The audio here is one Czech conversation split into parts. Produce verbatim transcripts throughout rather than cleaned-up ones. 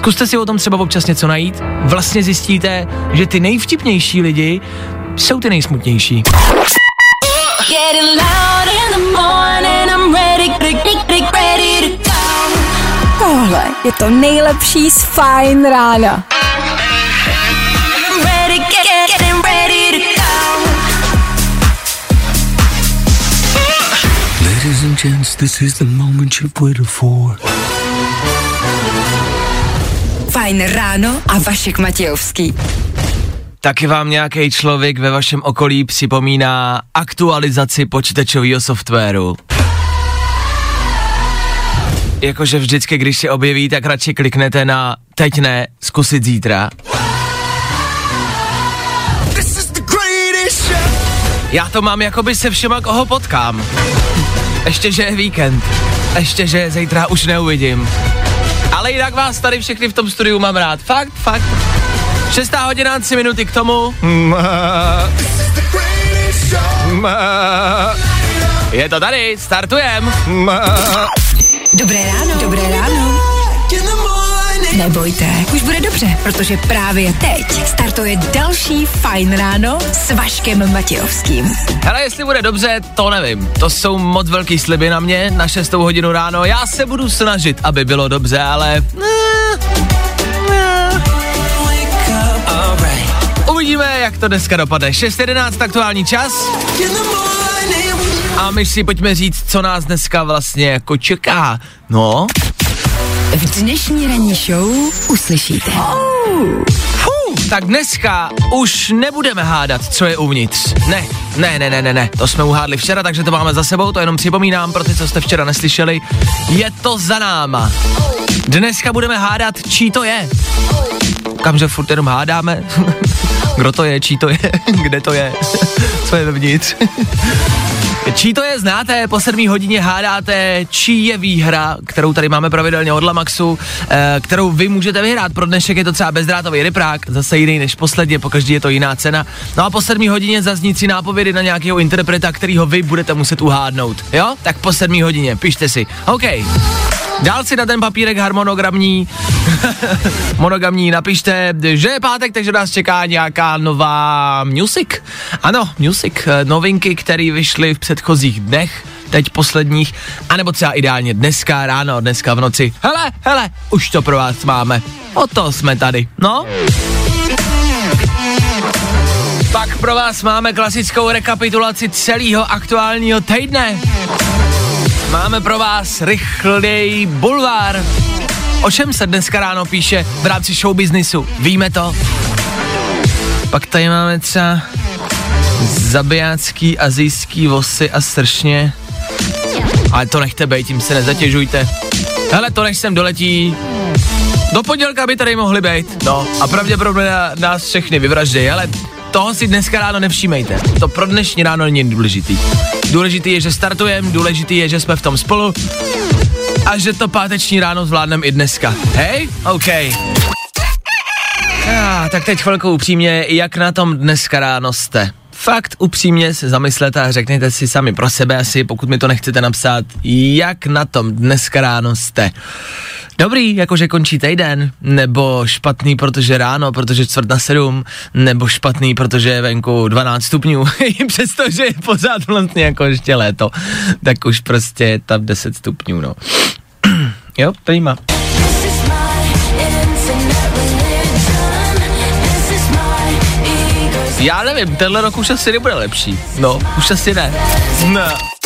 Zkuste si o tom třeba občas něco najít. Vlastně zjistíte, že ty nejvtipnější lidi jsou ty nejsmutnější. Tohle je to nejlepší z Fajn rána. Ladies and gents, this is the moment you've waited for. Fajn ráno a Vašek Matějovský. Taky vám nějaký člověk ve vašem okolí připomíná aktualizaci počítačového softwaru? Jakože vždycky, když se objeví, tak radši kliknete na teď ne, zkusit zítra. Já to mám jakoby se všema, koho potkám. Ještě, že je víkend. Ještě, že zítra už neuvidím. Ale jinak vás tady všechny v tom studiu mám rád. Fakt, fakt. Šestá hodina, tři minuty k tomu. Je to tady, startujem. Dobré ráno. Dobré ráno. Nebojte, už bude dobře, protože právě teď startuje další Fajn ráno s Vaškem Matějovským. Hele, jestli bude dobře, to nevím. To jsou moc velký sliby na mě na šestou hodinu ráno. Já se budu snažit, aby bylo dobře, ale... Uvidíme, jak to dneska dopadne. šest jedenáct aktuální čas. A my si pojďme říct, co nás dneska vlastně jako čeká. No... V dnešní ranní show uslyšíte. Oh. Fuh, tak dneska už nebudeme hádat, co je uvnitř. Ne, ne, ne, ne, ne, ne. To jsme uhádli včera, takže to máme za sebou, to jenom připomínám pro ty, co jste včera neslyšeli. Je to za náma. Dneska budeme hádat, čí to je. Kamže furt jenom hádáme. Kdo to je, čí to je, kde to je, co je vevnitř. Čí to je, znáte, po sedmé hodině hádáte, čí je výhra, kterou tady máme pravidelně od Lamaxu, eh, kterou vy můžete vyhrát. Pro dnešek je to třeba bezdrátový ryprák, zase jiný než posledně, pokaždý je to jiná cena. No a po sedmé hodině zazní tři nápovědy na nějakého interpreta, kterýho vy budete muset uhádnout, jo? Tak po sedmé hodině, pište si. OK. Dál si na ten papírek harmonogramní, monogamní napište, že je pátek, takže nás čeká nějaká nová music. Ano, music, novinky, které vyšly v předchozích dnech, teď posledních, anebo třeba ideálně dneska ráno, dneska v noci. Hele, hele, už to pro vás máme, o to jsme tady, no. Pak pro vás máme klasickou rekapitulaci celého aktuálního týdne. Máme pro vás rychlej bulvár. O čem se dneska ráno píše v rámci showbiznisu? Víme to? Pak tady máme třeba zabijácký asijský vosy a sršně. Ale to nechte bejt, tím se nezatěžujte. Hele, to než sem doletí. Do pondělka by tady mohli bejt. No a pravděpodobně nás všechny vyvraždějí, ale toho si dneska ráno nevšímejte. To pro dnešní ráno není důležitý. Důležitý je, že startujeme, důležitý je, že jsme v tom spolu a že to páteční ráno zvládneme i dneska. Hej? OK. Ah, tak teď chvilku upřímně, jak na tom dneska ráno jste? Fakt upřímně se zamyslete a řekněte si sami pro sebe asi, pokud mi to nechcete napsat, jak na tom dneska ráno jste. Dobrý, jakože končí týden, nebo špatný, protože ráno, protože čtvrt na sedm, nebo špatný, protože je venku dvanáct stupňů, přestože je pořád vlastně jako ještě léto, tak už prostě je tam deset stupňů, no. Jo, prima. Já nevím, tenhle rok už asi nebude lepší, no, už asi ne. No.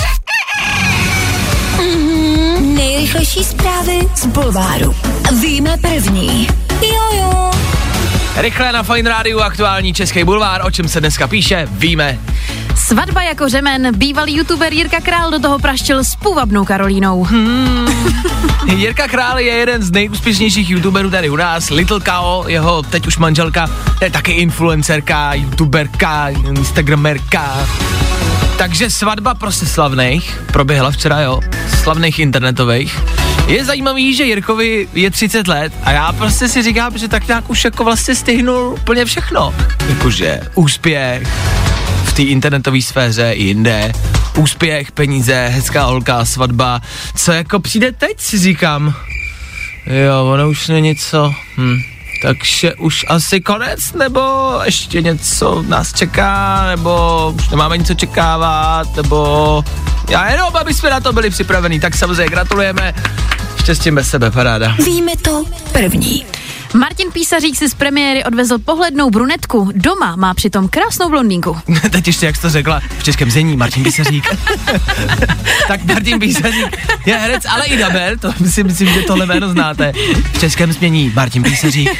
Nejrychlejší zprávy z bulváru. Víme první. Jojo. Rychle na Fajn rádiu aktuální český bulvár, o čem se dneska píše, víme. Svatba jako řemen, bývalý youtuber Jirka Král do toho praštil s půvabnou Karolínou. Hmm. Jirka Král je jeden z nejúspěšnějších youtuberů tady u nás, Little Kao, jeho teď už manželka, je taky influencerka, youtuberka, instagramerka. Takže svatba prostě slavných, proběhla včera, jo, slavných internetových. Je zajímavý, že Jirkovi je třicet let a já prostě si říkám, že tak nějak už jako vlastně stihnul úplně všechno. Jakože úspěch v té internetové sféře i jinde, úspěch, peníze, hezká holka, svatba. Co jako přijde teď, si říkám. Jo, ono už není co. Hm. Takže už asi konec, nebo ještě něco nás čeká, nebo už nemáme nic očekávat, nebo já jenom, aby jsme na to byli připravení, tak samozřejmě gratulujeme, štěstím bez sebe, paráda. Víme to první. Martin Písařík si z premiéry odvezl pohlednou brunetku. Doma má přitom krásnou blondýnku. Teď ještě, jak jsi to řekla, v českém znění, Martin Písařík. Tak Martin Písařík je herec, ale i daber, to si myslím, že tohle jméno znáte. V českém znění Martin Písařík.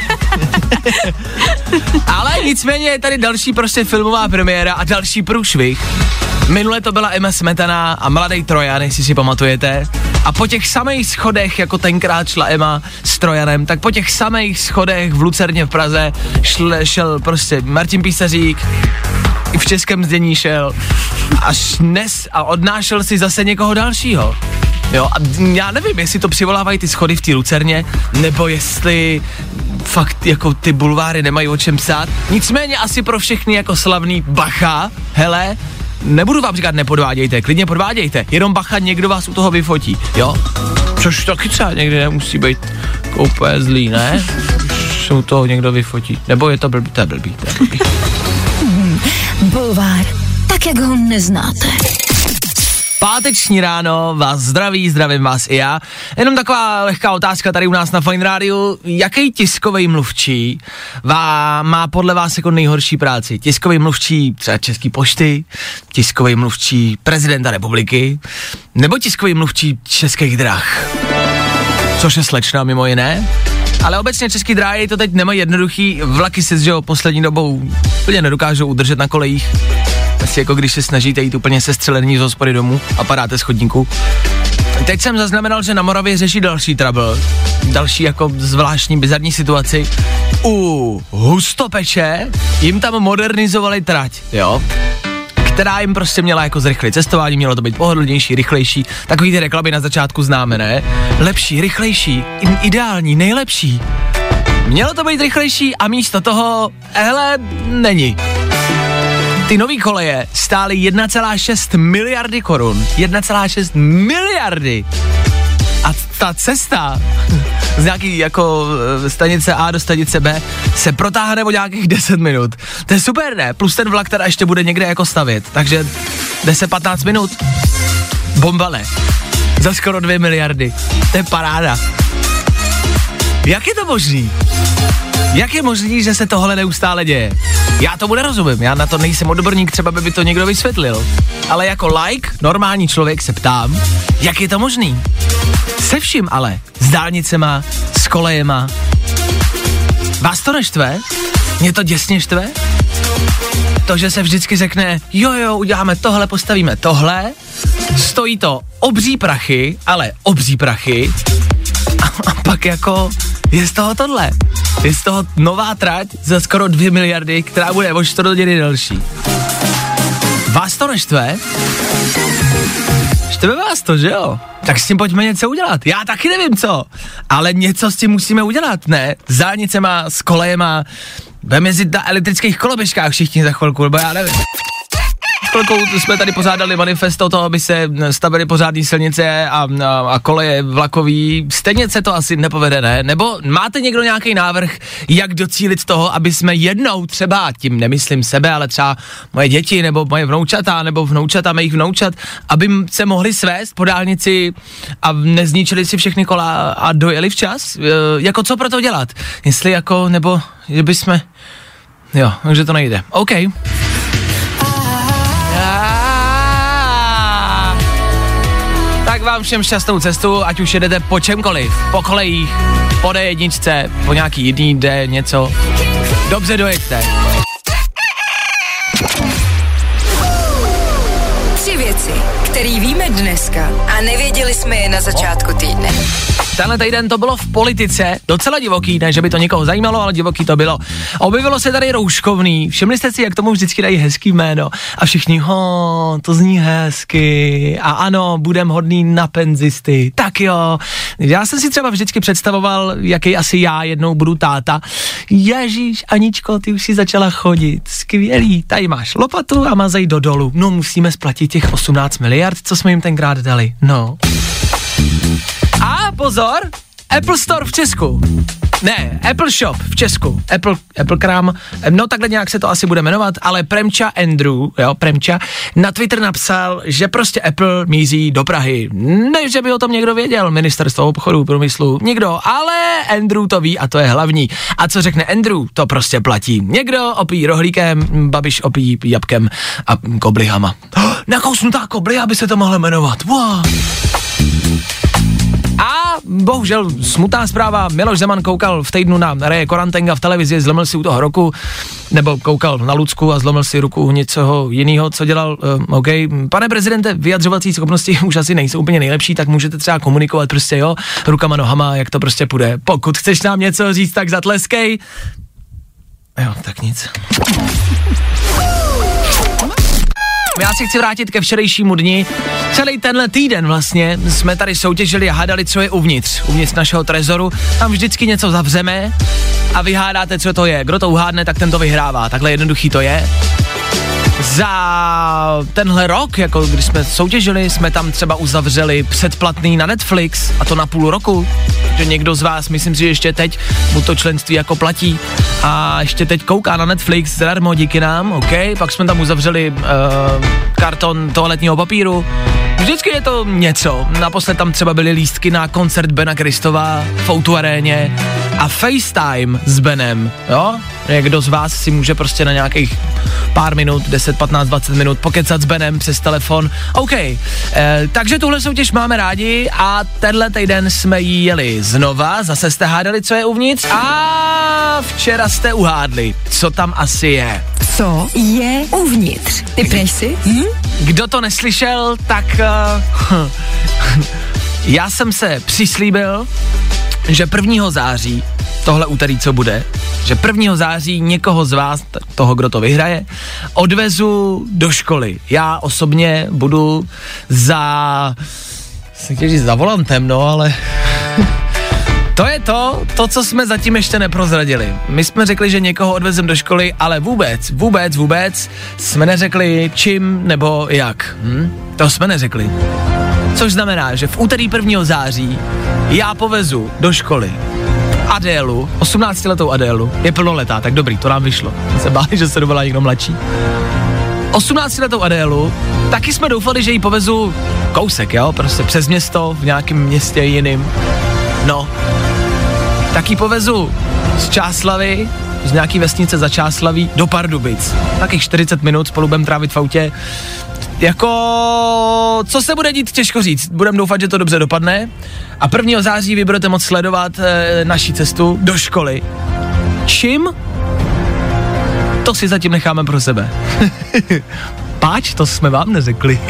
Ale nicméně je tady další prostě filmová premiéra a další průšvih. Minule to byla Emma Smetana a Mladý Trojan, jestli si pamatujete. A po těch samých schodech, jako tenkrát šla Emma s Trojanem, tak po těch samých schodech v Lucerně v Praze šl, šel prostě Martin Písařík, i v českém znění šel, až dnes a odnášel si zase někoho dalšího. Jo, a já nevím, jestli to přivolávají ty schody v té Lucerně, nebo jestli fakt jako ty bulváry nemají o čem psát. Nicméně asi pro všechny jako slavný bacha, hele, nebudu vám říkat nepodvádějte, klidně podvádějte, jenom bacha, někdo vás u toho vyfotí, jo? Což taky třeba někdy nemusí být úplně zlý, ne? Když u toho někdo vyfotí, nebo je to blbý, to je blbý, to je blbý. Hmm, bulvár, tak jak ho neznáte. Páteční ráno vás zdraví, zdravím vás i já. Jenom taková lehká otázka tady u nás na Fajn Rádiu. Jaký tiskový mluvčí vá, má podle vás jako nejhorší práci? Tiskový mluvčí třeba České pošty, tiskový mluvčí prezidenta republiky, nebo tiskový mluvčí Českých drah? Což je slečna mimo jiné. Ale obecně Český dráhy to teď nemají jednoduchý, vlaky se, že jo, poslední dobou úplně nedokážou udržet na kolejích. Asi jako když se snažíte jít úplně sestřelení z hospody domů a padáte z chodníku. Teď jsem zaznamenal, že na Moravě řeší další trouble, další jako zvláštní bizarní situaci. U Hustopeče jim tam modernizovali trať, jo, která jim prostě měla jako zrychlit cestování, mělo to být pohodlnější, rychlejší, takový ty reklamy na začátku známe, ne? Lepší, rychlejší, ideální, nejlepší. Mělo to být rychlejší a místo toho, hele, není. Ty nový koleje stály jedna celá šest miliardy korun. jedna celá šest miliardy. A ta cesta z nějaký jako stanice A do stanice B se protáhne o nějakých deset minut. To je super, ne? Plus ten vlak teda ještě bude někde jako stavět. Takže deset patnáct minut. Bomba, ne? Za skoro dvě miliardy. To je paráda. Jak je to možný? Jak je možný, že se tohle neustále děje? Já tomu nerozumím, já na to nejsem odborník, třeba by mi to někdo vysvětlil. Ale jako like, normální člověk se ptám, jak je to možný? Se vším ale, s dálnicema, s kolejema. Vás to neštve? Mě to děsně štve? To, že se vždycky řekne, jo jo, uděláme tohle, postavíme tohle, stojí to obří prachy, ale obří prachy, a, a pak jako je z toho tohle. Je z toho nová trať za skoro dvě miliardy, která bude o čtyři hodiny delší. Vás to neštve? Štve vás to, že jo? Tak s tím pojďme něco udělat. Já taky nevím co, ale něco s tím musíme udělat, ne? S dálnicema, s kolejema, budeme jezdit na elektrických koloběžkách všichni za chvilku, nebo já nevím. Chvilkou jsme tady pořádali manifest o toho, aby se stavily pořádný silnice a, a, a koleje vlakový. Stejně se to asi nepovede, ne? Nebo máte někdo nějaký návrh, jak docílit toho, aby jsme jednou třeba, tím nemyslím sebe, ale třeba moje děti, nebo moje vnoučata, nebo vnoučata mých vnoučat, aby se mohli svést po dálnici a nezničili si všechny kola a dojeli včas? E, jako co pro to dělat? Jestli jako, nebo, že bychom... Jo, takže to nejde. OK. Tak vám všem šťastnou cestu, ať už jedete po čemkoliv, po kolejích, po D jedna, po nějaký jiný D něco. Dobře dojeďte. Tři věci, které víme dneska a nevěděli jsme je na začátku týdne. Tenhle týden to bylo v politice, docela divoký, ne, že by to někoho zajímalo, ale divoký to bylo. Objevilo se tady rouškovný, všimli jste si, jak tomu vždycky dají hezký jméno a všichni, ho, to zní hezky a ano, budem hodný na penzisty, tak jo. Já jsem si třeba vždycky představoval, jaký asi já jednou budu táta. Ježíš, Aničko, ty už si začala chodit, skvělý, tady máš lopatu a mazej do dolu. No musíme splatit těch osmnáct miliard, co jsme jim tenkrát dali, no. A pozor, Apple Store v Česku. Ne, Apple Shop v Česku. Apple, Apple krám, no takhle nějak se to asi bude jmenovat, ale Premča Andrew, jo, Premča, na Twitter napsal, že prostě Apple míří do Prahy. Ne, že by o tom někdo věděl, ministerstvo obchodu, průmyslu, nikdo, ale Andrew to ví a to je hlavní. A co řekne Andrew, to prostě platí. Někdo opí rohlíkem, Babiš opí jabkem a koblihama. Oh, nakousnutá kobliha by se to mohlo jmenovat. Wow. A bohužel smutná zpráva, Miloš Zeman koukal v týdnu na Reje Korantenga v televizi, zlomil si u toho roku, nebo koukal na Lucku a zlomil si ruku u něčeho jiného, co dělal, uh, OK. Pane prezidente, vyjadřovací schopnosti už asi nejsou úplně nejlepší, tak můžete třeba komunikovat prostě, jo, rukama, nohama, jak to prostě půjde. Pokud chceš nám něco říct, tak zatleskej. Jo, tak nic. Já se chci vrátit ke včerejšímu dni. Celý tenhle týden vlastně jsme tady soutěžili a hádali, co je uvnitř. Uvnitř našeho trezoru. Tam vždycky něco zavřeme a vy hádáte, co to je. Kdo to uhádne, tak ten to vyhrává. Takhle jednoduchý to je. Za tenhle rok, jako když jsme soutěžili, jsme tam třeba uzavřeli předplatný na Netflix, a to na půl roku, že někdo z vás, myslím si, že ještě teď mu to členství jako platí a ještě teď kouká na Netflix zadarmo díky nám, OK, pak jsme tam uzavřeli uh, karton toaletního papíru. Vždycky je to něco. Naposled tam třeba byly lístky na koncert Bena Kristova v Outu aréně a FaceTime s Benem, jo? Někdo z vás si může prostě na nějakých pár minut, deset, patnáct, dvacet minut pokecat s Benem přes telefon. OK, e, takže tuhle soutěž máme rádi a tenhle týden jsme jí jeli znova, zase jste hádali, co je uvnitř a včera jste uhádli, co tam asi je. Co je uvnitř? Ty prej si? Hm? Kdo to neslyšel, tak uh, já jsem se přislíbil, že prvního září, tohle úterý, co bude, že prvního září někoho z vás, toho, kdo to vyhraje, odvezu do školy. Já osobně budu za, jsem chtěl říct za volantem, no, ale to je to, to, co jsme zatím ještě neprozradili. My jsme řekli, že někoho odvezem do školy, ale vůbec, vůbec, vůbec jsme neřekli čím nebo jak. Hm? To jsme neřekli. Což znamená, že v úterý prvního září já povezu do školy Adélu, osmnáctiletou Adélu, je plnoletá, tak dobrý, to nám vyšlo. My se báli, že se dovolá někdo mladší. osmnáctiletou Adélu, taky jsme doufali, že ji povezu kousek, jo, prostě přes město, v nějakém městě jiným. No, tak ji povezu z Čáslavy, z nějaký vesnice za Čáslaví do Pardubic. Takých čtyřicet minut spolu budem trávit v autě. Jako, co se bude dít, těžko říct. Budem doufat, že to dobře dopadne. A prvního září vy budete moct sledovat e, naši cestu do školy. Čím? To si zatím necháme pro sebe. Páč, to jsme vám neřekli.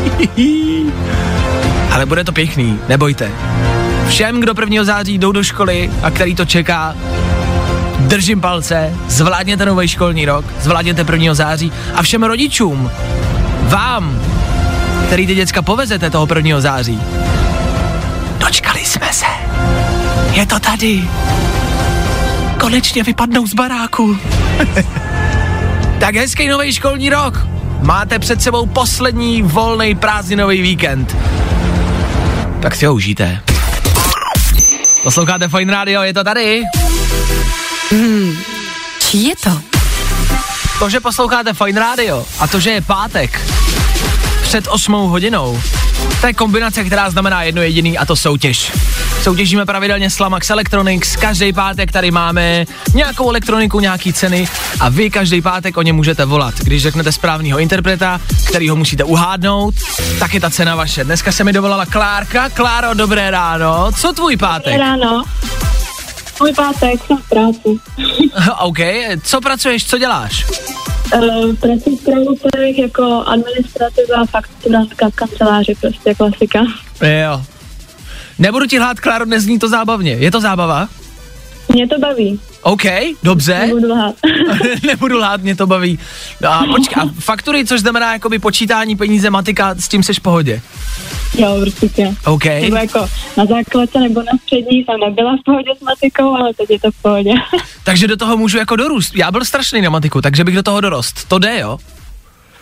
Ale bude to pěkný, nebojte. Všem, kdo prvního září jdou do školy a který to čeká, držím palce, zvládněte nový školní rok, zvládněte prvního září a všem rodičům, vám, který ty děcka povezete toho prvního září, dočkali jsme se, je to tady, konečně vypadnou z baráku. Tak hezký nový školní rok, máte před sebou poslední volný prázdninový víkend, tak si ho užijte. Posloucháte Fajn Radio, je to tady. Hmm, či je to? To, že posloucháte Fajn Radio a to, že je pátek před osmou hodinou, to je kombinace, která znamená jedno jediný a to soutěž. Soutěžíme pravidelně s Lamax Electronics, každý pátek tady máme nějakou elektroniku, nějaký ceny a vy každý pátek o ně můžete volat. Když řeknete správnýho interpreta, který ho musíte uhádnout, tak je ta cena vaše. Dneska se mi dovolala Klárka. Kláro, dobré ráno. Co tvůj pátek? Dobré ráno. Můj pátek, jsem v práci. OK, co pracuješ, co děláš? Uh, pracuji v pravopech jako administrativa, fakturantka v kanceláři, prostě klasika. Jo. Nebudu ti lhát, Kláro, nezní to zábavně. Je to zábava? Mě to baví. OK, dobře. Nebudu lhát. Nebudu lhát, mě to baví. No a počkej, a faktury, což znamená jakoby počítání peníze, matika, s tím seš v pohodě? Jo, určitě. OK. Nebo jako na základce nebo na střední jsem nebyla v pohodě s matikou, ale teď je to v pohodě. Takže do toho můžu jako dorůst. Já byl strašný na matiku, takže bych do toho dorost. To jde, jo?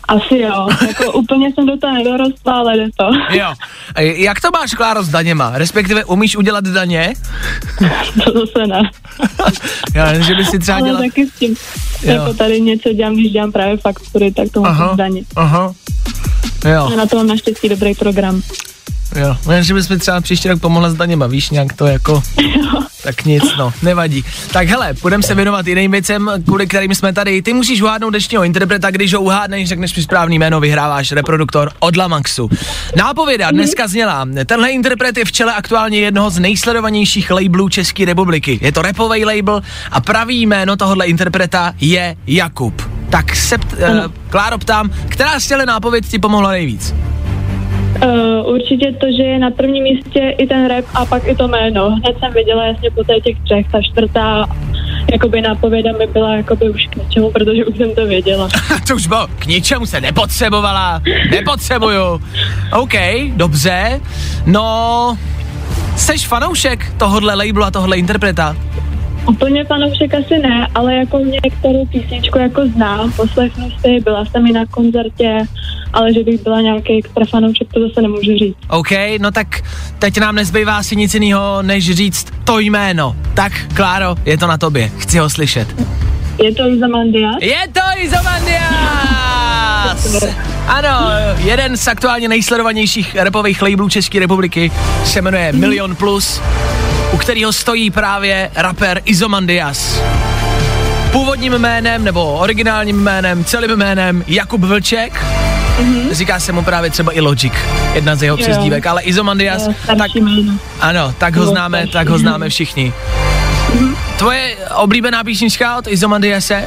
Asi jo, jako úplně jsem do toho nedorostla, ale jde to. Jo. A jak to máš, Kláro, s daněma? Respektive umíš udělat daně? To zase ne. Já, že by si třeba ale dělat... taky s tím, jo. jako tady něco dělám, když dělám právě faktury, tak to musím zdanit. Aha, jo. A na to mám naštěstí dobrý program. Jo, jen, že bys mi třeba příští rok pomohla s daněma, víš, nějak to jako, Jo. tak nic, no, nevadí. Tak hele, půjdeme se věnovat jiným věcem, kvůli kterým jsme tady. Ty musíš uhádnout dnešního interpreta, když ho uhádneš, řekneš mi správný jméno, vyhráváš reproduktor od Lamaxu. Nápověda dneska zněla, tenhle interpret je v čele aktuálně jednoho z nejsledovanějších labelů České republiky. Je to rapový label a pravý jméno tohohle interpreta je Jakub. Tak se, uh, Kláro, ptám, která z těchto nápověd ti pomohla nejvíc? Uh, určitě to, že je na prvním místě i ten rap a pak i to jméno. Hned jsem věděla jasně po těch třech, ta čtvrtá jakoby nápověda mi byla jakoby už k něčemu, protože už jsem to věděla. To už bylo, k ničemu se nepotřebovala, nepotřebuju. OK, dobře, no, seš fanoušek tohodle labelu a tohle interpreta? Úplně fanoušek asi ne, ale jako některou písničku jako znám, poslechnu si, byla jsem i na koncertě, ale že bych byla nějaký extra fanoušek, to zase nemůžu říct. OK, no tak teď nám nezbývá asi nic jiného, než říct to jméno. Tak, Kláro, je to na tobě, chci ho slyšet. Je to Izomandias? Je to Izomandias! Ano, jeden z aktuálně nejsledovanějších rapových labelů České republiky se jmenuje Milion Plus, u kterého stojí právě rapper Izomandias. Původním jménem, nebo originálním jménem, celým jménem Jakub Vlček. Mm-hmm. Říká se mu právě třeba i Logic, jedna z jeho jo. přezdívek, ale Izomandias, jo, tak, ano, tak ho známe, tak ho známe všichni. Mm-hmm. Tvoje oblíbená písnička od Izomandiase?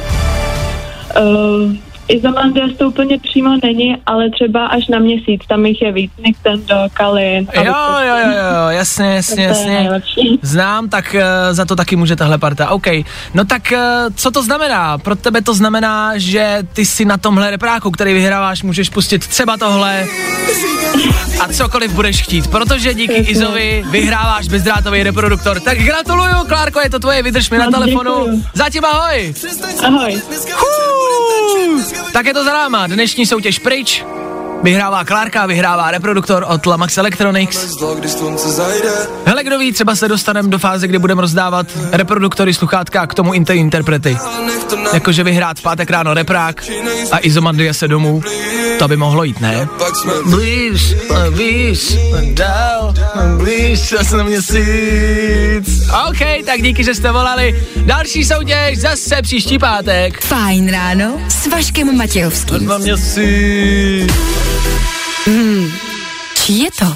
Uh, Izomandias to úplně přímo není, ale třeba až na měsíc, tam jich je víc, Nintendo, Kalin. Jo, jo, jo, jo, jasně, jasně, jasně. Znám, tak uh, za to taky může tahle parta. OK, no tak uh, co to znamená? Pro tebe to znamená, že ty si na tomhle repráku, který vyhráváš, můžeš pustit třeba tohle a cokoliv budeš chtít, protože díky jasně. Izovi vyhráváš bezdrátový reproduktor. Tak gratuluju, Klárko, je to tvoje, vydrž mi no, na telefonu. Děkuju. Zatím ahoj. Ahoj. Huu. Tak je to za náma, dnešní soutěž pryč. Vyhrává Klárka, vyhrává reproduktor od Lamax Electronics. Hele, kdo ví, třeba se dostaneme do fáze, kdy budeme rozdávat reproduktory, sluchátka a k tomu inter- interprety. Jakože vyhrát v pátek ráno reprák a Izomandias se domů. To by mohlo jít, ne? Blíž, blíž, dál, blíž, zase na měsíc. OK, tak díky, že jste volali. Další soutěž zase příští pátek. Fajn ráno s Vaškem Matějovským. Na měsíc. Hmm, či je to?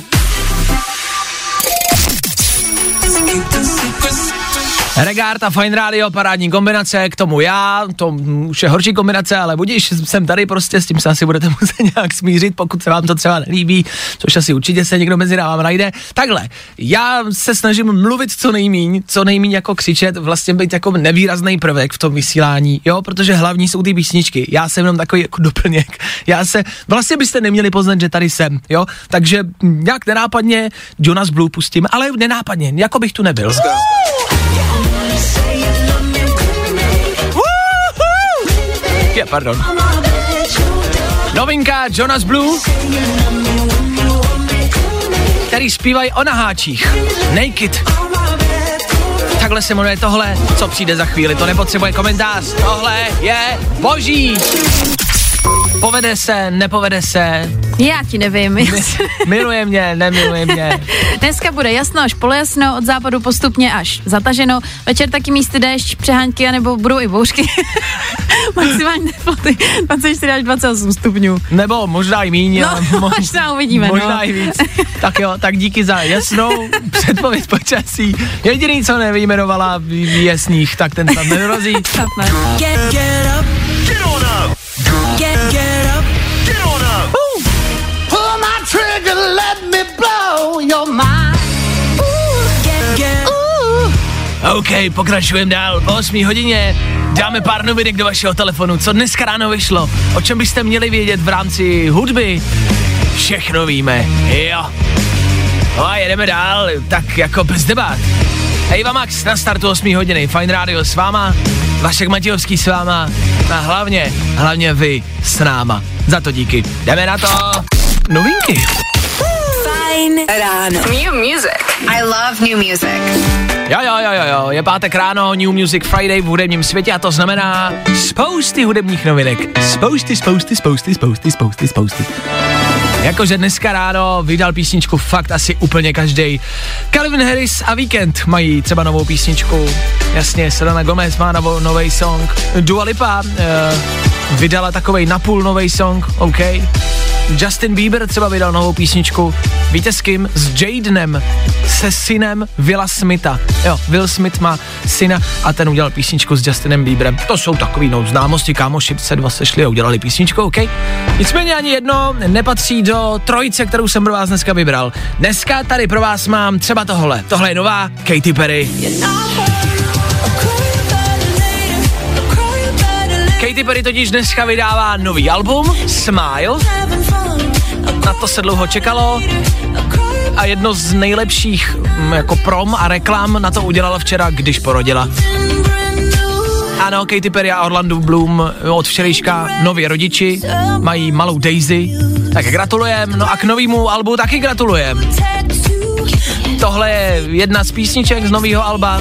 Regard a Fine Radio, parádní kombinace, k tomu já, to už je horší kombinace, ale budíš, jsem tady prostě, s tím se asi budete muset nějak smířit, pokud se vám to třeba nelíbí, což asi určitě se někdo mezi námi najde. Takhle, já se snažím mluvit co nejmíň, co nejmíň jako křičet, vlastně být jako nevýrazný prvek v tom vysílání, jo, protože hlavní jsou ty písničky, já jsem jenom takový jako doplněk, já se, vlastně byste neměli poznat, že tady jsem, jo, takže nějak nenápadně Jonas Blue pustím, ale nenápadně, jako bych tu nebyl. Yeah, pardon. Novinka Jonas Blue, který zpívají o naháčích. Naked. Takhle se jmenuje tohle, co přijde za chvíli, to nepotřebuje komentář. Tohle je boží. Povede se, nepovede se. Já ti nevím. Miluje mě, nemiluje mě. Dneska bude jasno až polojasno, od západu postupně až zataženo. Večer taky místy déšť, přehánky, anebo budou i bouřky. Maximální teploty dvacet čtyři až dvacet osm stupňů. Nebo možná i míň. No, mo- možná uvidíme. Možná no. i víc. Tak jo, tak díky za jasnou předpověď počasí. Jediný, co nevyjmenovala je sníh, tak ten tam nedorazí. Get, get up. Get on up. Get, get up. Get on up. Ooh. Pull my trigger, let me blow your mind. Ooh. Get, get. Ooh. OK, pokračujeme dál. Po osmé hodině dáme pár novinek do vašeho telefonu. Co dneska ráno vyšlo? O čem byste měli vědět v rámci hudby? Všechno víme. Jo. No a jedeme dál, tak jako bez debat. Eva Max na startu osmé hodiny, Fajn rádio s váma, Vašek Matějovský s váma a hlavně, hlavně vy s náma. Za to díky. Jdeme na to. Novinky. Fajn ráno. New music. I love new music. Jo, jo, jo, jo, jo, je pátek ráno, New Music Friday v hudebním světě a to znamená spousty hudebních novinek. Spousty, spousty, spousty, spousty, spousty, spousty. Jakože dneska ráno vydal písničku fakt asi úplně každej. Calvin Harris a Weekend mají třeba novou písničku. Jasně, Selena Gomez má novou, novej song. Dua Lipa uh, vydala takovej napůl novej song, OK. Justin Bieber třeba vydal novou písničku. Víte s kým? S Jadenem, se synem Willa Smitha. Jo, Will Smith má syna a ten udělal písničku s Justinem Bieberem. To jsou takový no, známosti, kámoši se dva sešli a udělali písničku, OK? Nicméně ani jedno nepatří do trojice, kterou jsem pro vás dneska vybral. Dneska tady pro vás mám třeba tohle. Tohle je nová Katy Perry. Katy Perry totiž dneska vydává nový album, Smile. Na to se dlouho čekalo a jedno z nejlepších m, jako prom a reklam na to udělala včera, když porodila. Ano, Katy Perry a Orlando Bloom od včerejška noví rodiči, mají malou Daisy, tak gratulujem, no a k novému albu taky gratulujem. Tohle je jedna z písniček z nového alba.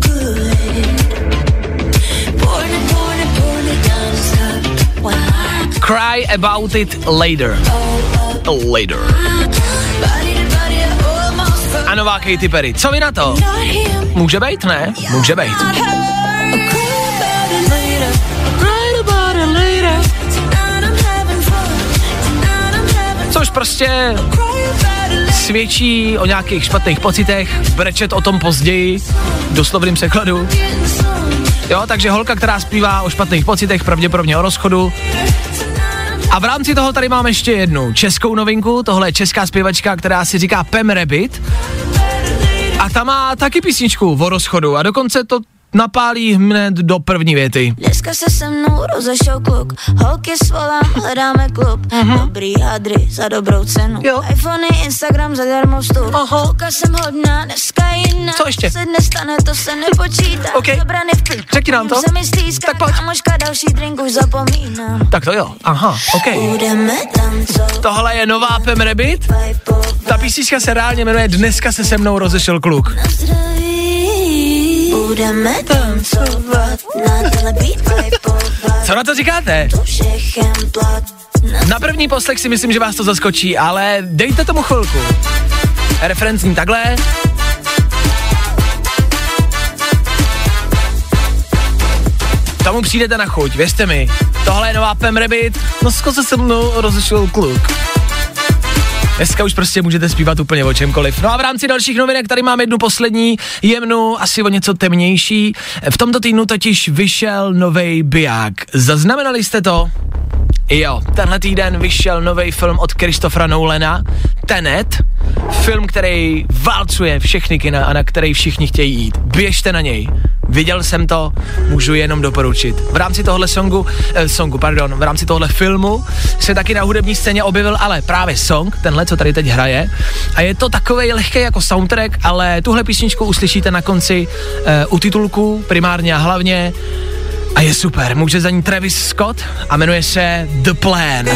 Cry About It Later. Later. A nová Katy Perry. Co vy na to? Může být, ne? Může být. Což prostě svědčí o nějakých špatných pocitech, brečet o tom později, v doslovném překladu. Jo, takže holka, která zpívá o špatných pocitech, pravděpodobně o rozchodu. A v rámci toho tady máme ještě jednu českou novinku, tohle je česká zpěvačka, která si říká Pam Rabbit. A ta má taky písničku o rozchodu a dokonce to napálí hned do první věty. Dneska se se mnou rozešel kluk, holky svolám, hledáme klub, uh-huh. Dobrý hadry za dobrou cenu, jo. iPhony, Instagram zadarmo vstup, holka jsem hodná, dneska jiná, co ještě? Se nestane, to se nepočítá, okay. Zabrany v klub, řekni nám to, tak pojď. Kamoška, další drink už zapomínám. Tak to jo, aha, ok. Tohle je nová Pam Rabbit, ta písnička se reálně jmenuje Dneska se se mnou rozešel kluk. Budeme tancovat, na co na to říkáte? Na první poslech si myslím, že vás to zaskočí, ale dejte tomu chvilku. Referenc zní takhle. Tomu přijdete na chuť, věřte mi. Tohle je nová Pam Rabbit, no zko se mnou rozešel kluk. Dneska už prostě můžete zpívat úplně o čemkoliv. No a v rámci dalších novinek tady mám jednu poslední, jemnou, asi o něco temnější. V tomto týdnu totiž vyšel novej biják. Zaznamenali jste to? Jo, tenhle týden vyšel novej film od Christophera Nolana, Tenet. Film, který válcuje všechny kina a na který všichni chtějí jít. Běžte na něj. Viděl jsem to, můžu jenom doporučit. V rámci tohle songu, eh, songu, pardon, v rámci tohle filmu se taky na hudební scéně objevil ale právě song, tenhle, co tady teď hraje. A je to takovej lehkej jako soundtrack, ale tuhle písničku uslyšíte na konci eh, u titulku, primárně a hlavně. A je super, může za ní Travis Scott a jmenuje se The Plan.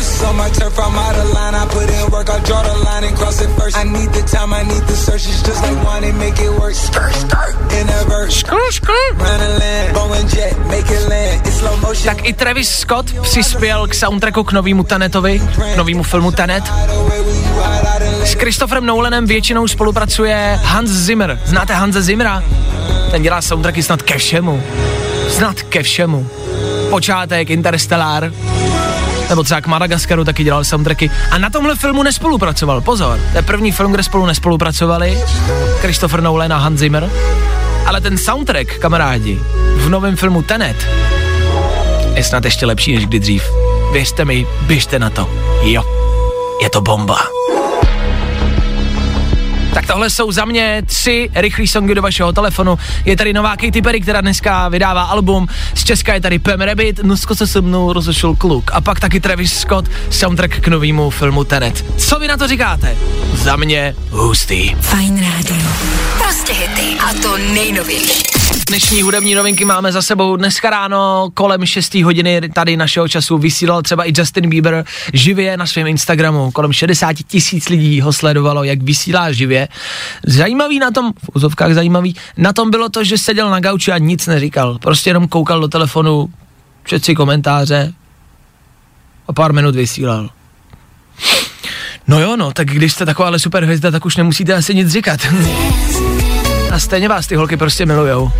Tak i Travis Scott přispěl k soundtracku k novému Tenetovi, k novému filmu Tenet. S Christopherem Nolanem většinou spolupracuje Hans Zimmer. Znáte Hanse Zimmera? Ten dělá soundtracky snad ke všemu. Snad ke všemu. Počátek, Interstellar, nebo třeba k Madagaskaru taky dělal soundtracky. A na tomhle filmu nespolupracoval, pozor. To je první film, kde spolu nespolupracovali Christopher Nolan a Hans Zimmer. Ale ten soundtrack, kamarádi, v novém filmu Tenet je snad ještě lepší než kdy dřív. Věřte mi, běžte na to. Jo, je to bomba. Tak tohle jsou za mě tři rychlý songy do vašeho telefonu. Je tady nová Katy Perry, která dneska vydává album. Z Česka je tady Pam Rabbit, Nusko se se mnou rozešel kluk. A pak taky Travis Scott, soundtrack k novému filmu Tenet. Co vy na to říkáte? Za mě hustý. Fajn rádio. Prostě hity. A to nejnovější. Dnešní hudební novinky máme za sebou. Dneska ráno kolem šesté hodiny tady našeho času vysílal třeba i Justin Bieber živě na svém Instagramu. Kolem šedesát tisíc lidí ho sledovalo, jak vysílá živě. Zajímavý na tom, v úzovkách zajímavý, na tom bylo to, že seděl na gauči a nic neříkal. Prostě jenom koukal do telefonu, četl si komentáře a pár minut vysílal. No jo, no, tak když jste takováhle super hvězda, tak už nemusíte asi nic říkat. A stejně vás ty holky prostě milujou.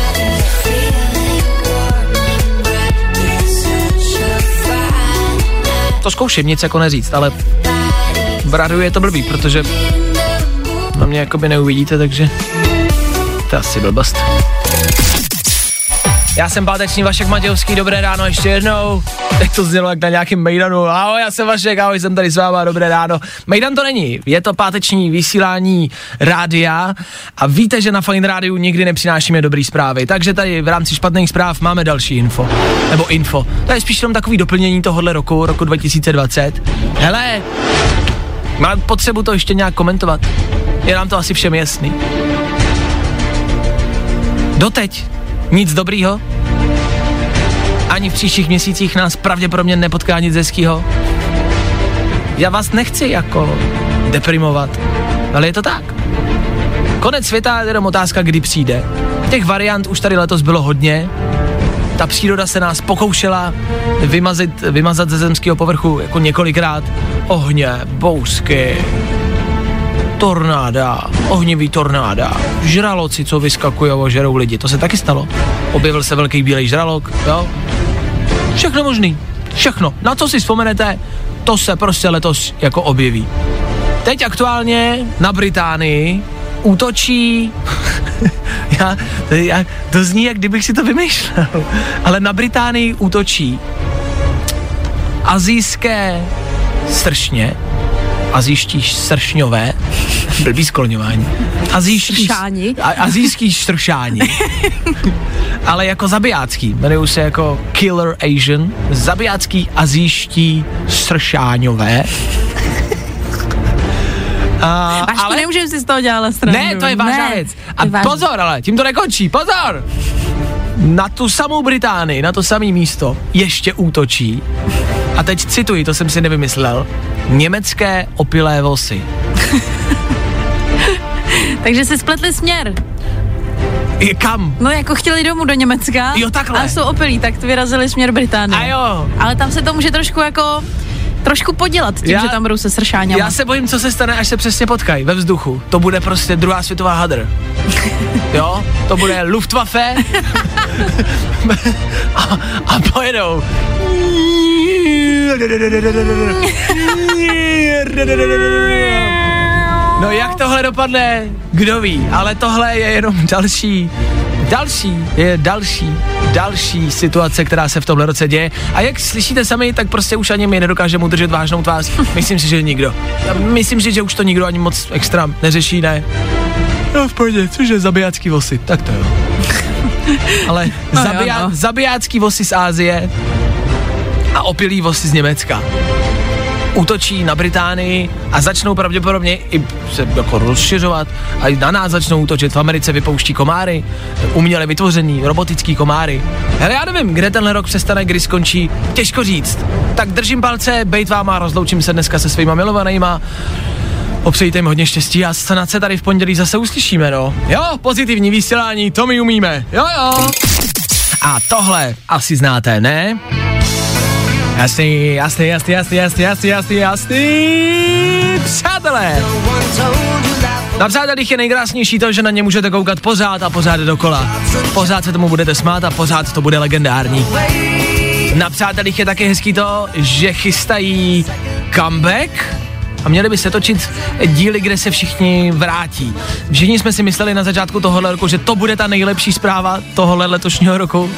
To zkouším, nic jako neříct, ale v rádiu je to blbý, protože na mě jakoby neuvidíte, takže to je asi blbost. Já jsem páteční Vašek Matějovský, dobré ráno ještě jednou. Tak to znělo jak na nějakým mejdanu. Ahoj, já jsem Vašek, ahoj, jsem tady s váma, dobré ráno. Mejdan to není, je to páteční vysílání rádia a víte, že na Fajn rádiu nikdy nepřinášíme dobrý zprávy, takže tady v rámci špatných zpráv máme další info. Nebo info. To je spíš jenom takový doplnění tohohle roku, roku dva tisíce dvacet. Hele, mám potřebu to ještě nějak komentovat. Je nám to asi všem jasný. Doteď nic dobrýho. Ani v příštích měsících nás pravděpodobně nepotká nic hezkýho. Já vás nechci jako deprimovat, ale je to tak. Konec světa je jenom otázka, kdy přijde. Těch variant už tady letos bylo hodně. Ta příroda se nás pokoušela vymazit, vymazat ze zemského povrchu jako několikrát. Ohně, bouřky, tornáda, ohnivý tornáda, žraloci, co vyskakujou a žerou lidi. To se taky stalo. Objevil se velký bílej žralok, jo. Všechno možný, všechno. Na co si vzpomenete, to se prostě letos jako objeví. Teď aktuálně na Británii útočí, já, to, já, to zní, jak kdybych si to vymýšlel, ale na Británii útočí asijské sršně, asijští sršňové, blbý skloňování, asijští asijský stršáni, ale jako zabijácký, jmenují se jako Killer Asian, zabijácký asijští stršáňové. Uh, Až ale nemůžeme si z toho dělat stranu. Ne, to je vážná věc. A pozor, ale tím to nekončí, pozor! Na tu samou Británii, na to samé místo ještě útočí, a teď cituji, to jsem si nevymyslel, německé opilé vosy. Takže se spletli směr. Je kam? No jako chtěli domů do Německa. Jo, takhle. A jsou opilí, tak to vyrazili směr Británie. A jo. Ale tam se to může trošku jako trošku podělat tím, já, že tam budou se sršáňama. Já se bojím, co se stane, až se přesně potkají ve vzduchu. To bude prostě druhá světová hadr. Jo? To bude Luftwaffe a, a pojedou. No jak tohle dopadne, kdo ví, ale tohle je jenom další, další, je další, další situace, která se v tomhle roce děje. A jak slyšíte sami, tak prostě už ani my nedokážeme udržet vážnou tvář. Myslím si, že nikdo. Já myslím si, že už to nikdo ani moc extra neřeší, ne? No v pohodě, což je zabijácký vosy, tak to jo. Ale no zabijá, jo, no. zabijácký vosy z Asie a opilý vosy z Německa útočí na Británii a začnou pravděpodobně i se jako rozšiřovat a i na nás začnou útočit. V Americe vypouští komáry, uměle vytvořený, robotický komáry. Hele, já nevím, kde tenhle rok přestane, kdy skončí, těžko říct. Tak držím palce, bejt váma, rozloučím se dneska se svýma milovanýma. Opřejte jim hodně štěstí a snad se tady v pondělí zase uslyšíme, no. Jo, pozitivní vysílání, to my umíme. Jo, jo. A tohle asi znáte, ne? Jasný, jasný, jasný, jasný, jasný, jasný, jasný, jasný, přátelé. Na přátelích je nejkrásnější to, že na ně můžete koukat pořád a pořád dokola. Pořád se tomu budete smát a pořád to bude legendární. Na přátelích je taky hezký to, že chystají comeback a měli by se točit díly, kde se všichni vrátí. Všichni jsme si mysleli na začátku tohohle roku, že to bude ta nejlepší zpráva tohohle letošního roku.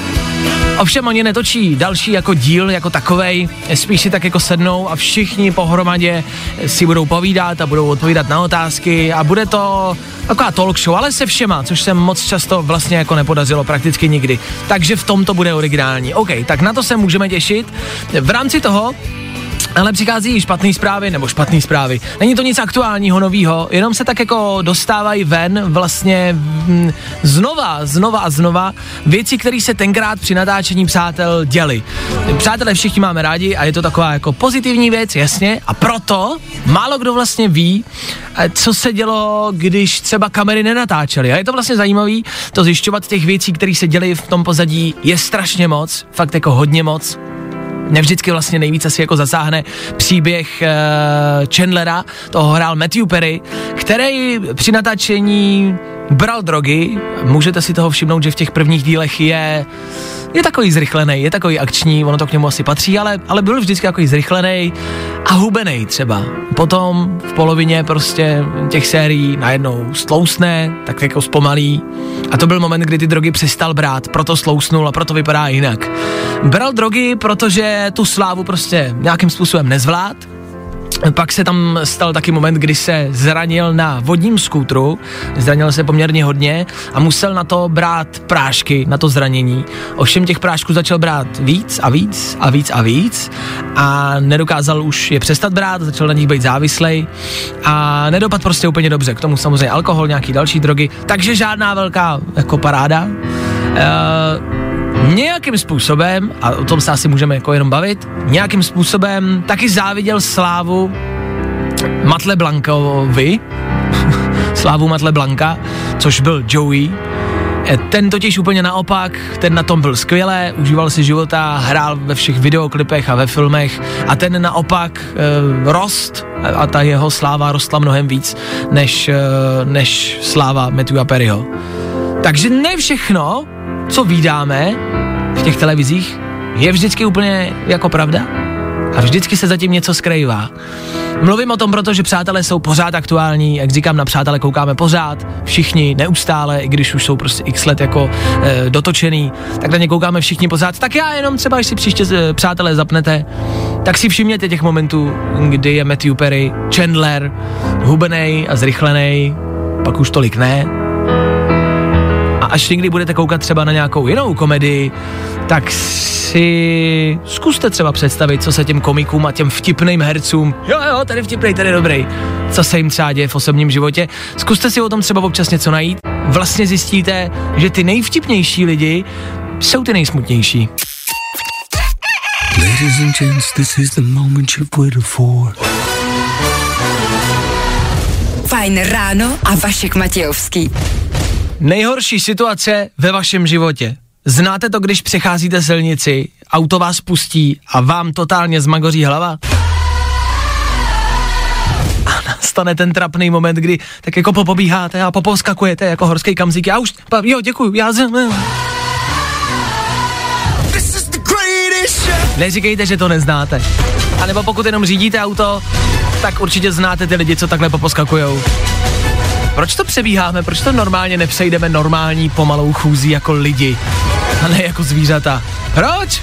Ovšem oni netočí další jako díl, jako takovej, spíš si tak jako sednou a všichni pohromadě si budou povídat a budou odpovídat na otázky a bude to taková talk show, ale se všema, což se moc často vlastně jako nepodařilo prakticky nikdy. Takže v tom to bude originální. OK, tak na to se můžeme těšit. V rámci toho ale přichází špatný zprávy, nebo špatný zprávy. Není to nic aktuálního, novýho, jenom se tak jako dostávají ven vlastně m, znova, znova a znova věci, které se tenkrát při natáčení Přátel děly. Přátelé všichni máme rádi a je to taková jako pozitivní věc, jasně, a proto málo kdo vlastně ví, co se dělo, když třeba kamery nenatáčely. A je to vlastně zajímavý to zjišťovat, těch věcí, které se děly v tom pozadí, je strašně moc, fakt jako hodně moc. Mě vždycky vlastně nejvíc asi jako zasáhne příběh uh, Chandlera, toho hrál Matthew Perry, který při natáčení bral drogy. Můžete si toho všimnout, že v těch prvních dílech je je takový zrychlený, je takový akční, ono to k němu asi patří, ale, ale byl vždycky takový zrychlený a hubenej třeba. Potom v polovině prostě těch sérií najednou stlousne, tak jako zpomalí. A to byl moment, kdy ty drogy přestal brát, proto slousnul a proto vypadá jinak. Bral drogy, protože tu slávu prostě nějakým způsobem nezvlád. Pak se tam stal taky moment, kdy se zranil na vodním skútru, zranil se poměrně hodně a musel na to brát prášky, na to zranění. Ovšem těch prášků začal brát víc a víc a víc a víc a nedokázal už je přestat brát, začal na nich být závislej a nedopad prostě úplně dobře. K tomu samozřejmě alkohol, nějaký další drogy, takže žádná velká jako paráda. Uh, Nějakým způsobem, a o tom se asi můžeme jako jenom bavit, nějakým způsobem taky záviděl slávu Matle Blankovi, slávu Matle Blanka, což byl Joey. Ten totiž úplně naopak, ten na tom byl skvěle, užíval si života, hrál ve všech videoklipech a ve filmech a ten naopak e, rost a ta jeho sláva rostla mnohem víc než, e, než sláva Matthewa Perryho. Takže ne všechno, co vídáme v těch televizích, je vždycky úplně jako pravda a vždycky se zatím něco skrývá. Mluvím o tom, protože Přátelé jsou pořád aktuální, jak říkám, na Přátelé koukáme pořád, všichni neustále, i když už jsou prostě x let jako e, dotočený, tak na ně koukáme všichni pořád. Tak já jenom třeba, když si příště e, Přátelé zapnete, tak si všimněte těch momentů, kdy je Matthew Perry, Chandler, hubenej a zrychlenej, pak už tolik ne. A až někdy budete koukat třeba na nějakou jinou komedii, tak si zkuste třeba představit, co se těm komikům a těm vtipným hercům, jo jo, tady vtipnej, tady dobrý, co se jim třeba děje v osobním životě. Zkuste si o tom třeba občas něco najít. Vlastně zjistíte, že ty nejvtipnější lidi jsou ty nejsmutnější. Ladies and gents, this is the moment you've waited for. Fajn ráno a Vašek Matějovský. Nejhorší situace ve vašem životě. Znáte to, když přecházíte silnici, auto vás pustí a vám totálně zmagoří hlava? A nastane ten trapný moment, kdy tak jako popobíháte a popovskakujete jako horský kamzík. Já už, pa, jo, děkuju, já zem. Neříkejte, že to neznáte. A nebo pokud jenom řídíte auto, tak určitě znáte ty lidi, co takhle poposkakujou. Proč to přebíháme? Proč to normálně nepřejdeme normální pomalou chůzí jako lidi, a ne jako zvířata? Proč?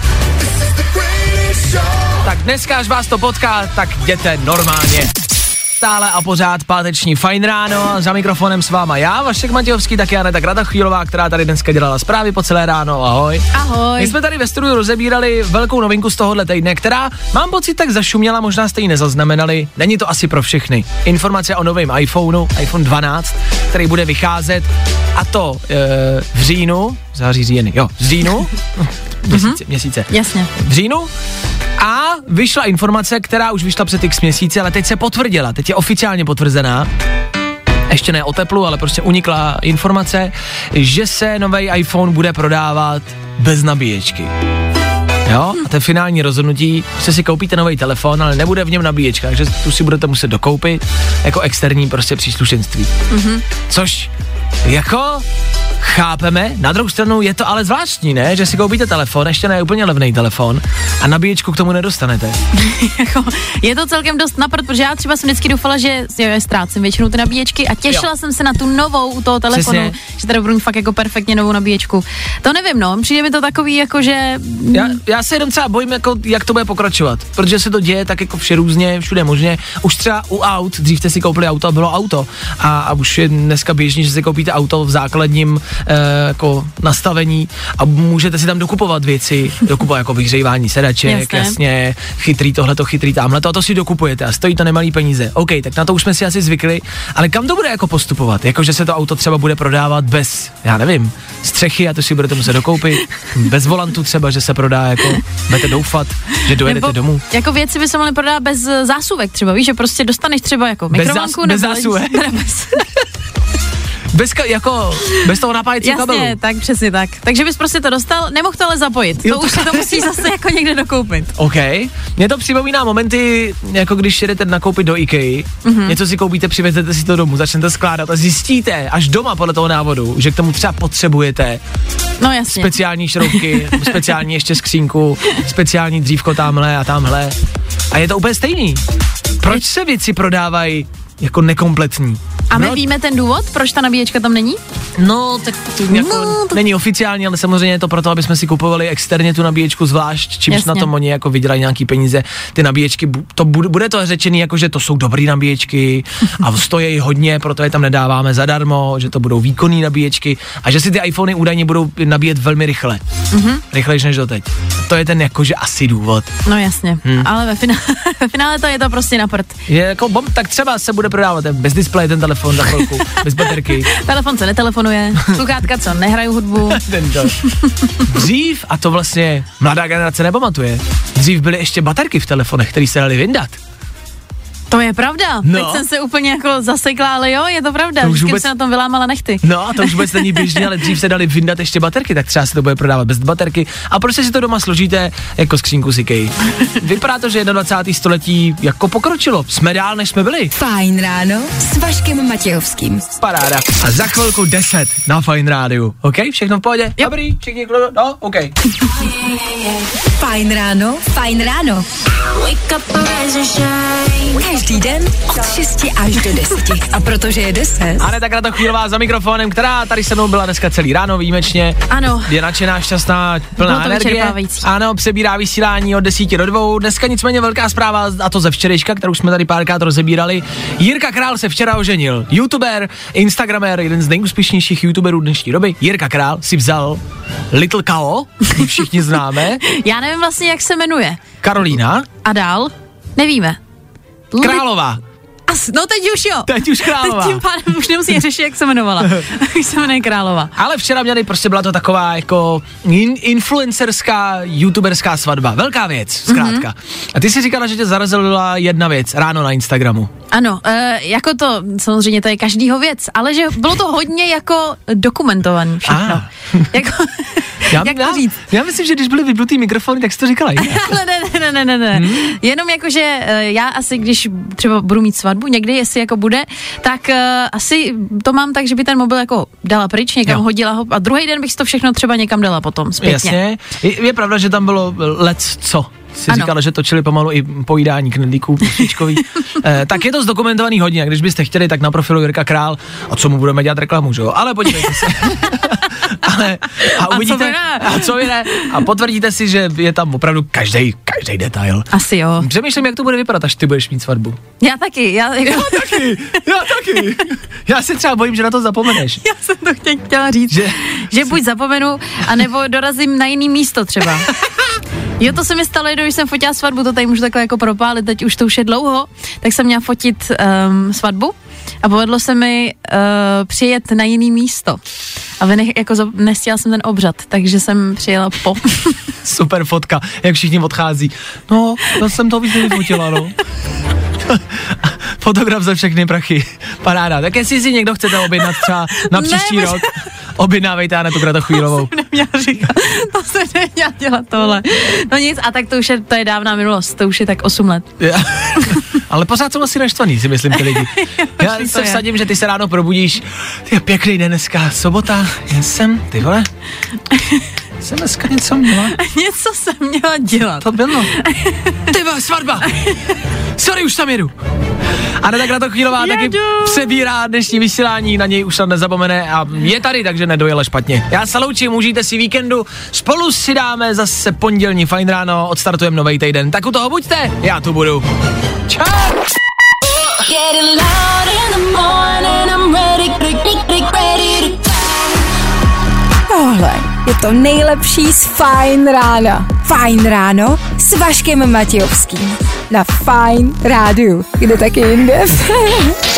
Tak dneska, až vás to potká, tak jděte normálně. Stále a pořád páteční Fajn ráno, za mikrofonem s váma já, Vašek Matějovský, taky Aneta Kratochvílová, která tady dneska dělala zprávy po celé ráno, ahoj. Ahoj. My jsme tady ve studiu rozebírali velkou novinku z tohohle týdne, která, mám pocit, tak zašuměla, možná jste ji nezaznamenali, není to asi pro všechny. Informace o novém iPhoneu, iPhone dvanáct, který bude vycházet, a to e, v říjnu, září říjeny, jo, v říjnu, měsíce, měsíce. Jasně. V říjnu. A vyšla informace, která už vyšla před x měsíce, ale teď se potvrdila, teď je oficiálně potvrzená. Ještě ne o teplu, ale prostě unikla informace, že se nový iPhone bude prodávat bez nabíječky. Jo? A to je finální rozhodnutí, že si koupíte nový telefon, ale nebude v něm nabíječka, takže tu si budete muset dokoupit jako externí prostě příslušenství. Mm-hmm. Což jako chápeme, na druhou stranu je to ale zvláštní, ne? Že si koupíte telefon, ještě ne úplně levný telefon a nabíječku k tomu nedostanete. Je to celkem dost napad, protože já třeba jsem vždycky doufala, že je ztrácím většinou ty nabíječky a těšila jo. jsem se na tu novou u toho telefonu, přesně. Že tady budu fakt jako perfektně novou nabíječku. To nevím, no, přijde mi to takový jako, že... Já, já se jenom třeba bojím, jako, jak to bude pokračovat, protože se to děje tak jako vše různě, všude možně. Už třeba u aut, dřív jste si koupili auto a bylo auto a, a už je dneska běžný, že si koupíte auto v základním eh, jako nastavení a můžete si tam dokupovat věci, dokupovat jako vyhřívání sedaček, jasně, jasně chytrý tohleto, chytrý tamhleto a to si dokupujete a stojí to nemalý peníze. OK, tak na to už jsme si asi zvykli, ale kam to bude jako postupovat? Jako, že se to auto třeba bude prodávat bez, já nevím, střechy a to si budete muset dokoupit, bez volantu třeba, že se prodá, jako budete doufat, že dojedete nebo domů. Jako věci by se mohly prodávat bez zásuvek třeba, víš, že prostě dostaneš třeba jako mikrovlnku bez, zás, bez zásuvek. Bez... Bez, jako, bez toho napájecího kabelu. Jasně, tak přesně tak. Takže bys prostě to dostal, nemohl to ale zapojit. Jo, to, to už si to musíš zase jako někde dokoupit. OK. Mně to připomíná momenty, jako když jedete nakoupit do IKEA, mm-hmm. něco si koupíte, přivezete si to domů, začnete skládat a zjistíte až doma podle toho návodu, že k tomu třeba potřebujete no, jasně. speciální šroubky, speciální ještě skřínku, speciální dřívko tamhle a tamhle. A je to úplně stejný. Proč se věci prodávají jako nekompletní? A my no, víme ten důvod, proč ta nabíječka tam není? No, tak to jako no, to... není oficiální, ale samozřejmě je to proto, aby jsme si kupovali externě tu nabíječku zvlášť, čímž jasně. Na tom oni jako vydělají nějaký peníze. Ty nabíječky, to bude, bude to řečený jako, že to jsou dobrý nabíječky a stojí hodně, proto je tam nedáváme zadarmo, že to budou výkonný nabíječky a že si ty iPhony údajně budou nabíjet velmi rychle. Mm-hmm. Rychlejš než doteď. To je ten jakože asi důvod. No jasně, hmm. ale ve finále, ve finále to je to prostě na prd. Je jako bom, tak třeba se bude prodávat bez displeje ten telefon za chvilku, bez baterky. Telefon se netelefonuje, sluchátka co nehrajou hudbu. Dřív, a to vlastně mladá generace nepamatuje, dřív byly ještě baterky v telefonech, které se dali vyndat. To je pravda. No. Teď jsem se úplně jako zasekla, ale jo, je to pravda. Vždycky vůbec... se na tom vylámala nechty. No a to už vůbec není běžný, ale dřív se dali vyndat ještě baterky, tak třeba se to bude prodávat bez baterky. A prostě si to doma složíte jako skřínku z IKEA. Vypadá to, že dvacátého století jako pokročilo. Jsme dál, než jsme byli. Fajn ráno s Vaškem Matějovským. Paráda. A za chvilku deset na Fajn rádiu. OK? Všechno v pohodě? Jo. Dobrý, všichni klodo? No, OK. Fajn ráno, fajn ráno. Každý den od šesti až do deseti. A protože je deset. Aneta Kratochvílová za mikrofonem, která tady se mnou byla dneska celý ráno výjimečně. Ano. Je nadšená, šťastná, plná energie. Ano, přebírá vysílání od desíti do dvou. Dneska nicméně velká zpráva, a to ze včerejška, kterou jsme tady párkrát rozebírali. Jirka Král se včera oženil. YouTuber, Instagramer, jeden z nejúspěšnějších YouTuberů dnešní doby. Jirka Král si vzal Little Kao, všichni známe. Já nevím vlastně, jak se jmenuje. Karolína. A dál? Nevíme. Králová. As, no teď už jo. Teď už Králová. Teď tím pádem už nemusí řešit, jak se jmenovala. Už se jmenuje Králová. Ale včera měli, prostě byla to taková jako in, influencerská, youtuberská svatba. Velká věc, zkrátka. Mm-hmm. A ty si říkala, že tě zarazila jedna věc ráno na Instagramu. Ano, e, jako to, samozřejmě to je každýho věc, ale že bylo to hodně jako dokumentovaný všechno. Ah. Jako, já, jak to já, říct? Já myslím, že když byly vypnutý mikrofony, tak jsi to říkala jinak. Ale ne, ne, ne, ne, ne. Hmm? Jenom jako, že e, já asi, když třeba budu mít svatbu někdy, jestli jako bude, tak e, asi to mám tak, že by ten mobil jako dala pryč, někam jo. hodila ho a druhý den bych si to všechno třeba někam dala potom zpětně. Jasně. Je, je pravda, že tam bylo lec co? Si ano. Říkala, že točili pomalu i pojídání knedlíků písničkový. eh, tak je to zdokumentovaný hodně, a když byste chtěli, tak na profilu Jirka Král, a co mu budeme dělat reklamu, že jo? Ale podívejte se. Ale, a uvidíte, a co vy ne? A potvrdíte si, že je tam opravdu každý, každý detail. Asi jo. Přemýšlím, jak to bude vypadat, až ty budeš mít svatbu. Já taky. Já, jako... já taky, já taky. Já se třeba bojím, že na to zapomeneš. Já jsem to chtěla říct, že, že buď zapomenu, anebo dorazím na jiný místo třeba. Jo, to se mi stalo, když jsem fotila svatbu, to tady můžu takhle jako propálit, teď už to už je dlouho, tak jsem měla fotit um, svatbu a povedlo se mi uh, přijet na jiný místo. A vynech, jako nestihla jsem ten obřad, takže jsem přijela po. Super fotka, jak všichni odchází. No, já jsem to víc nevyfotila, no. Fotograf za všechny prachy. Paráda. Tak jestli si někdo chcete objednat třeba na příští ne, rok, objednávejte Anetu Kratochvílovou. To jsem neměla říkat, to jsem neměla dělat tohle. No nic, a tak to už je, to je dávná minulost, to už je tak osm let. Ale pořád jsou asi naštvaný, si myslím ty lidi. Já se vsadím, že ty se ráno probudíš, ty je pěkný den dneska, sobota, já jsem, ty vole, jsem dneska něco měla. Něco jsem měla dělat. To bylo. Ty vole, svatba. Sorry, už tam jedu. A tak Kratochvílová taky přebírá dnešní vysílání, na něj už snad nezapomene a je tady, takže nedojela špatně. Já se loučím, užijte si víkendu, spolu si dáme zase pondělní fajn ráno, odstartujeme nový týden. Tak u toho buďte, já tu budu. Čau! Tohle je to nejlepší z Fajn rána. Fajn ráno s Vaškem Matějovským. Na Fajn rádiu. Kde taky jinde?